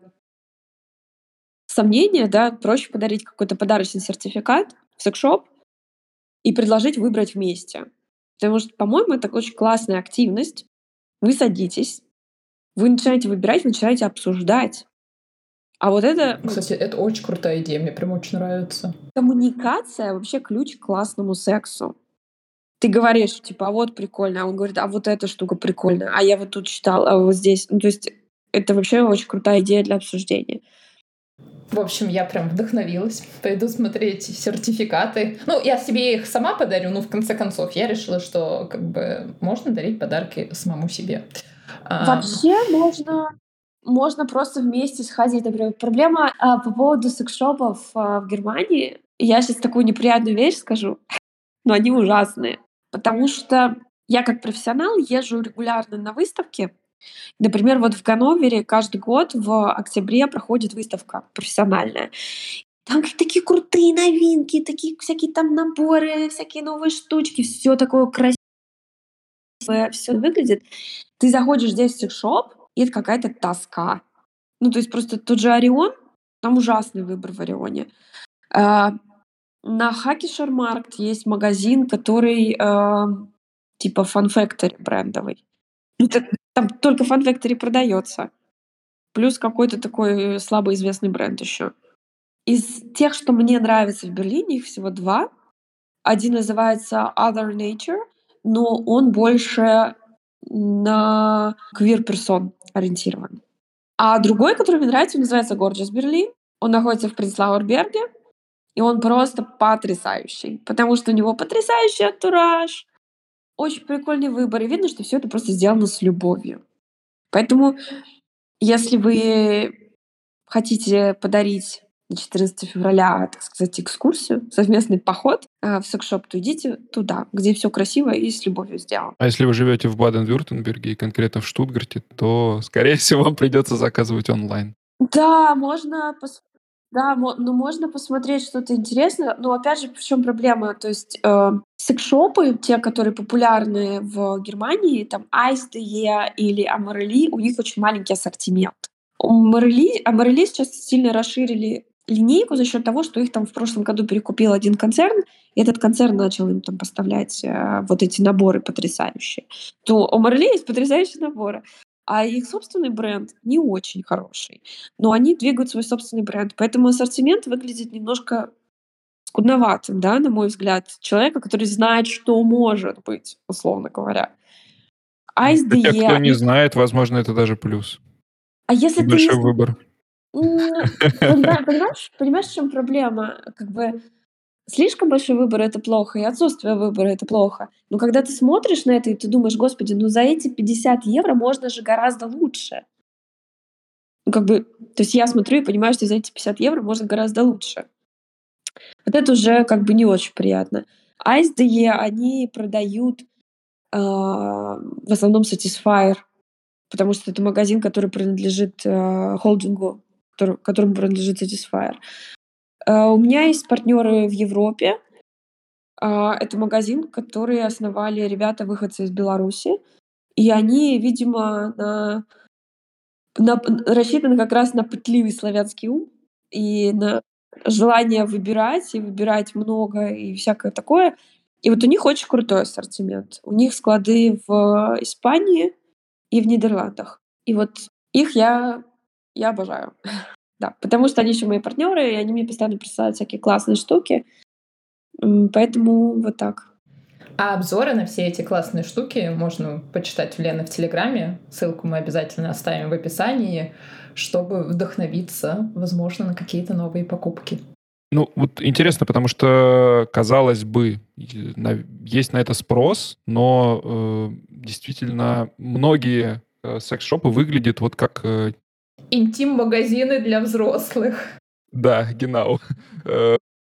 сомнения, да, проще подарить какой-то подарочный сертификат в секс-шоп и предложить выбрать вместе. Потому что, по-моему, это очень классная активность. Вы садитесь, вы начинаете выбирать, вы начинаете обсуждать. А вот это, ну, Кстати, это очень крутая идея, мне прям очень нравится. коммуникация вообще ключ к классному сексу. Ты говоришь, типа, а вот прикольно, а он говорит, а вот эта штука прикольная, а я вот тут читал, а вот здесь. Ну, то есть это вообще очень крутая идея для обсуждения. В общем, я прям вдохновилась. Пойду смотреть сертификаты. Ну, я себе их сама подарю, но в конце концов я решила, что как бы можно дарить подарки самому себе. А, Вообще можно, можно просто вместе сходить. Например, проблема а, по поводу секс-шопов а, в Германии. Я сейчас такую неприятную вещь скажу, но они ужасные. Потому что я как профессионал езжу регулярно на выставки. Например, вот в Ганновере каждый год в октябре проходит выставка профессиональная. Там такие крутые новинки, такие всякие там наборы, всякие новые штучки, все такое красивое, все выглядит. Ты заходишь здесь в секс-шоп, и это какая-то тоска. Ну, то есть просто тот же Орион, там ужасный выбор в Орионе. А, на Хакишермаркт есть магазин, который а, типа Fun Factory брендовый. Ну, так там только Fun Factory продается. Плюс какой-то такой слабо известный бренд еще. Из тех, что мне нравится в Берлине, их всего два. Один называется Other Nature, но он больше на квир-персон ориентирован. А другой, который мне нравится, он называется Gorgeous Berlin. Он находится в Принцлауэрберге, и он просто потрясающий, потому что у него потрясающий антураж, очень прикольный выбор, и видно, что все это просто сделано с любовью. Поэтому, если вы хотите подарить на четырнадцатое февраля, так сказать, экскурсию, совместный поход а, в секс-шоп, то идите туда, где все красиво и с любовью сделано. А если вы живете в Баден-Вюртемберге и конкретно в Штутгарте, то, скорее всего, вам придется заказывать онлайн. Да, можно пос да, мо ну, можно посмотреть что-то интересное, но опять же, в чём проблема? То есть, э, секс-шопы, те, которые популярны в Германии, там Айсдее или Амарели, у них очень маленький ассортимент. У Марели Амарели сейчас сильно расширили линейку за счет того, что их там в прошлом году перекупил один концерн, и этот концерн начал им там поставлять, э, вот эти наборы потрясающие. То у Марели есть потрясающие наборы, а их собственный бренд не очень хороший. Но они двигают свой собственный бренд. Поэтому ассортимент выглядит немножко скудноватым, да, на мой взгляд, человека, который знает, что может быть, условно говоря. М, Для тех, кто Айсдее, не знает, возможно, это даже плюс. а если ты не Большой з выбор. м, понима понимаешь понимаешь, в чём проблема? Как бы слишком большой выбор — это плохо, и отсутствие выбора — это плохо. Но когда ты смотришь на это, и ты думаешь: "Господи, ну за эти пятьдесят евро можно же гораздо лучше". Ну, как бы, то есть я смотрю и понимаю, что за эти пятьдесят евро можно гораздо лучше. Вот это уже как бы не очень приятно. Айсдее, они продают, а, в основном Satisfyer, потому что это магазин, который принадлежит, а, холдингу, который которому принадлежит Satisfyer. А, у меня есть партнеры в Европе. А, это магазин, который основали ребята-выходцы из Беларуси, и они, видимо, на на п рассчитаны как раз на пытливый славянский ум и на желание выбирать, и выбирать много, и всякое такое. И вот у них очень крутой ассортимент. У них склады в Испании и в Нидерландах. И вот их я я обожаю. Да, потому что они еще мои партнеры, и они мне постоянно присылают всякие классные штуки. М, поэтому вот так. А обзоры на все эти классные штуки можно почитать у Лены в Телеграме. Ссылку мы обязательно оставим в описании, чтобы вдохновиться, возможно, на какие-то новые покупки. Ну, вот интересно, потому что, казалось бы, и на- есть на это спрос, но э, действительно многие э, секс-шопы выглядят вот как... э, Интим-магазины для взрослых. да, genau. Э,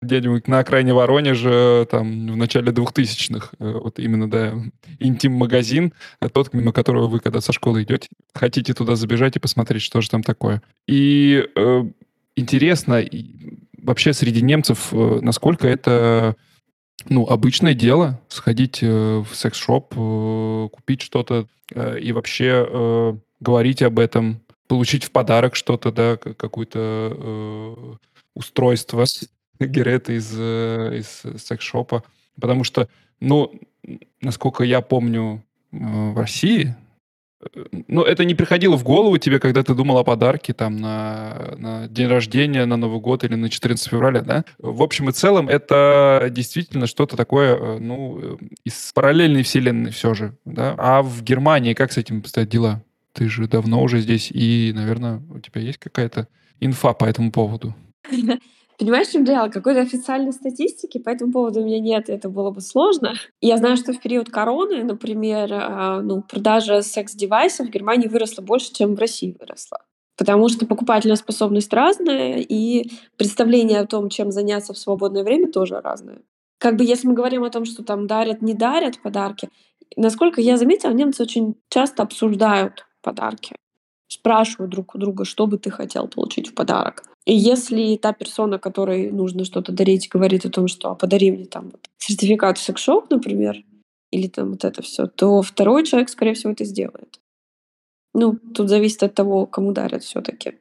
где-нибудь на окраине Воронежа, там, в начале двухтысячных, э, вот именно, да, интим-магазин, э, тот, мимо которого вы, когда со школы идете, хотите туда забежать и посмотреть, что же там такое. И э, интересно, и вообще среди немцев, э, насколько это, ну, обычное дело сходить э, в секс-шоп, э, купить что-то э, и вообще э, говорить об этом, получить в подарок что-то, да, к- какое-то э, устройство, Герет из, э, из секс-шопа. Потому что, ну, насколько я помню, э, в России, э, ну, это не приходило в голову тебе, когда ты думал о подарке там на, на день рождения, на Новый год или на четырнадцатое февраля, да? В общем и целом, это действительно что-то такое, э, ну, э, из параллельной вселенной все же, да? А в Германии как с этим обстоят дела? Ты же давно уже здесь, и, наверное, у тебя есть какая-то инфа по этому поводу? Понимаешь, в чем дело? Какой-то официальной статистики по этому поводу у меня нет, и это было бы сложно. Я знаю, что в период короны, например, а, ну, продажа секс-девайсов в Германии выросла больше, чем в России выросла. Потому что покупательная способность разная, и представление о том, чем заняться в свободное время, тоже разное. Как бы если мы говорим о том, что там дарят, не дарят подарки, насколько я заметила, немцы очень часто обсуждают подарки. Спрашивают друг у друга, что бы ты хотел получить в подарок. И если та персона, которой нужно что-то дарить, говорит о том, что а подари мне там вот сертификат в секс-шоп, например, или там вот это все, то второй человек, скорее всего, это сделает. Ну, тут зависит от того, кому дарят все-таки.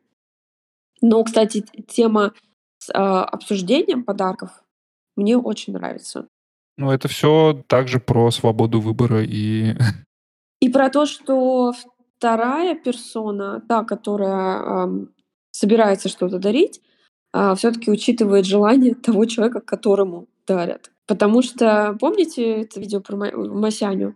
Но, кстати, т- тема с а, обсуждением подарков мне очень нравится. Ну, это все также про свободу выбора и И про то, что вторая персона, та, которая ам, собирается что-то дарить, все таки учитывает желание того человека, которому дарят. Потому что помните это видео про Ма Масяню?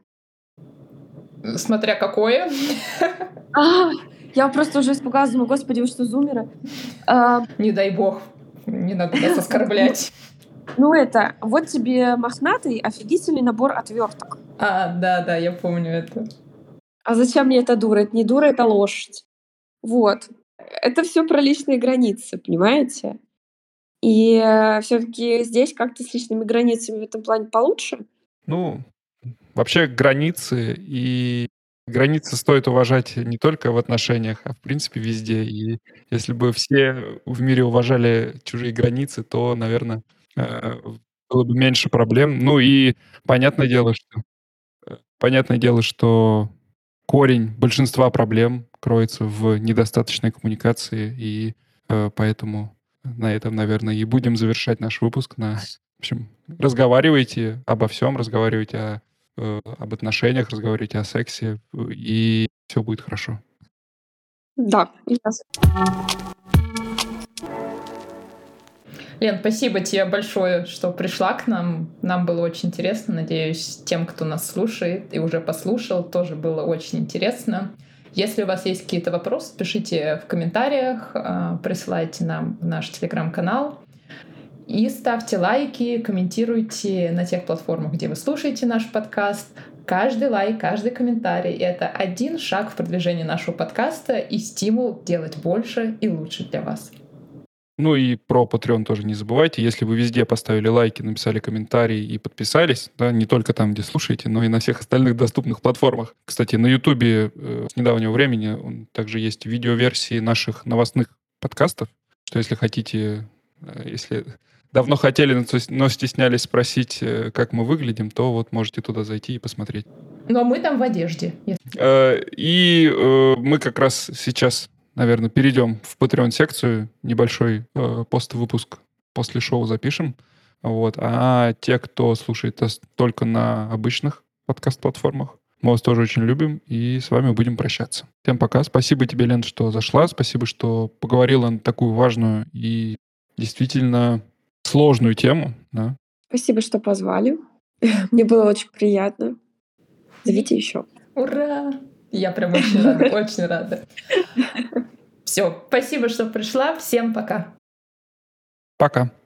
Смотря какое. А, я просто уже испугалась, думаю: "Господи, вы что, зумеры?" А, Не дай бог. Не надо нас ну оскорблять. ну это, вот тебе мохнатый офигительный набор отверток. А, да-да, я помню это. А зачем мне эта дура? Это не дура, это лошадь. Вот. Это все про личные границы, понимаете? И, все таки здесь как-то с личными границами в этом плане получше. ну, вообще границы и границы стоит уважать не только в отношениях, а в принципе везде. И если бы все в мире уважали чужие границы, то, наверное, было бы меньше проблем. Ну и понятное дело, что э, понятное дело, что корень большинства проблем кроется в недостаточной коммуникации, и э, поэтому на этом, наверное, и будем завершать наш выпуск. На, в общем, разговаривайте обо всем, разговаривайте о, э, об отношениях, разговаривайте о сексе, э, и все будет хорошо. Да, яс Лен, спасибо тебе большое, что пришла к нам. Нам было очень интересно. Надеюсь, тем, кто нас слушает и уже послушал, тоже было очень интересно. Если у вас есть какие-то вопросы, пишите в комментариях, а, присылайте нам в наш телеграм-канал. И ставьте лайки, комментируйте на тех платформах, где вы слушаете наш подкаст. Каждый лайк, каждый комментарий — это один шаг в продвижении нашего подкаста и стимул делать больше и лучше для вас. Ну и про Patreon тоже не забывайте. Если вы везде поставили лайки, написали комментарии и подписались, да, не только там, где слушаете, но и на всех остальных доступных платформах. Кстати, на Ютубе э, с недавнего времени он, также есть видеоверсии наших новостных подкастов, что если хотите, э, если давно хотели, но с- но стеснялись спросить, э, как мы выглядим, то вот можете туда зайти и посмотреть. Ну а мы там в одежде. если- Э, И э, мы как раз сейчас, наверное, перейдем в Patreon-секцию. Небольшой э, пост-выпуск после шоу запишем. Вот. А те, кто слушает нас только на обычных подкаст-платформах, мы вас тоже очень любим и с вами будем прощаться. Всем пока. Спасибо тебе, Лен, что зашла. Спасибо, что поговорила на такую важную и действительно сложную тему. Да. Спасибо, что позвали. Мне было очень приятно. Зовите еще. Ура! Я прям очень рада, очень рада. Все, спасибо, что пришла. Всем пока. Пока.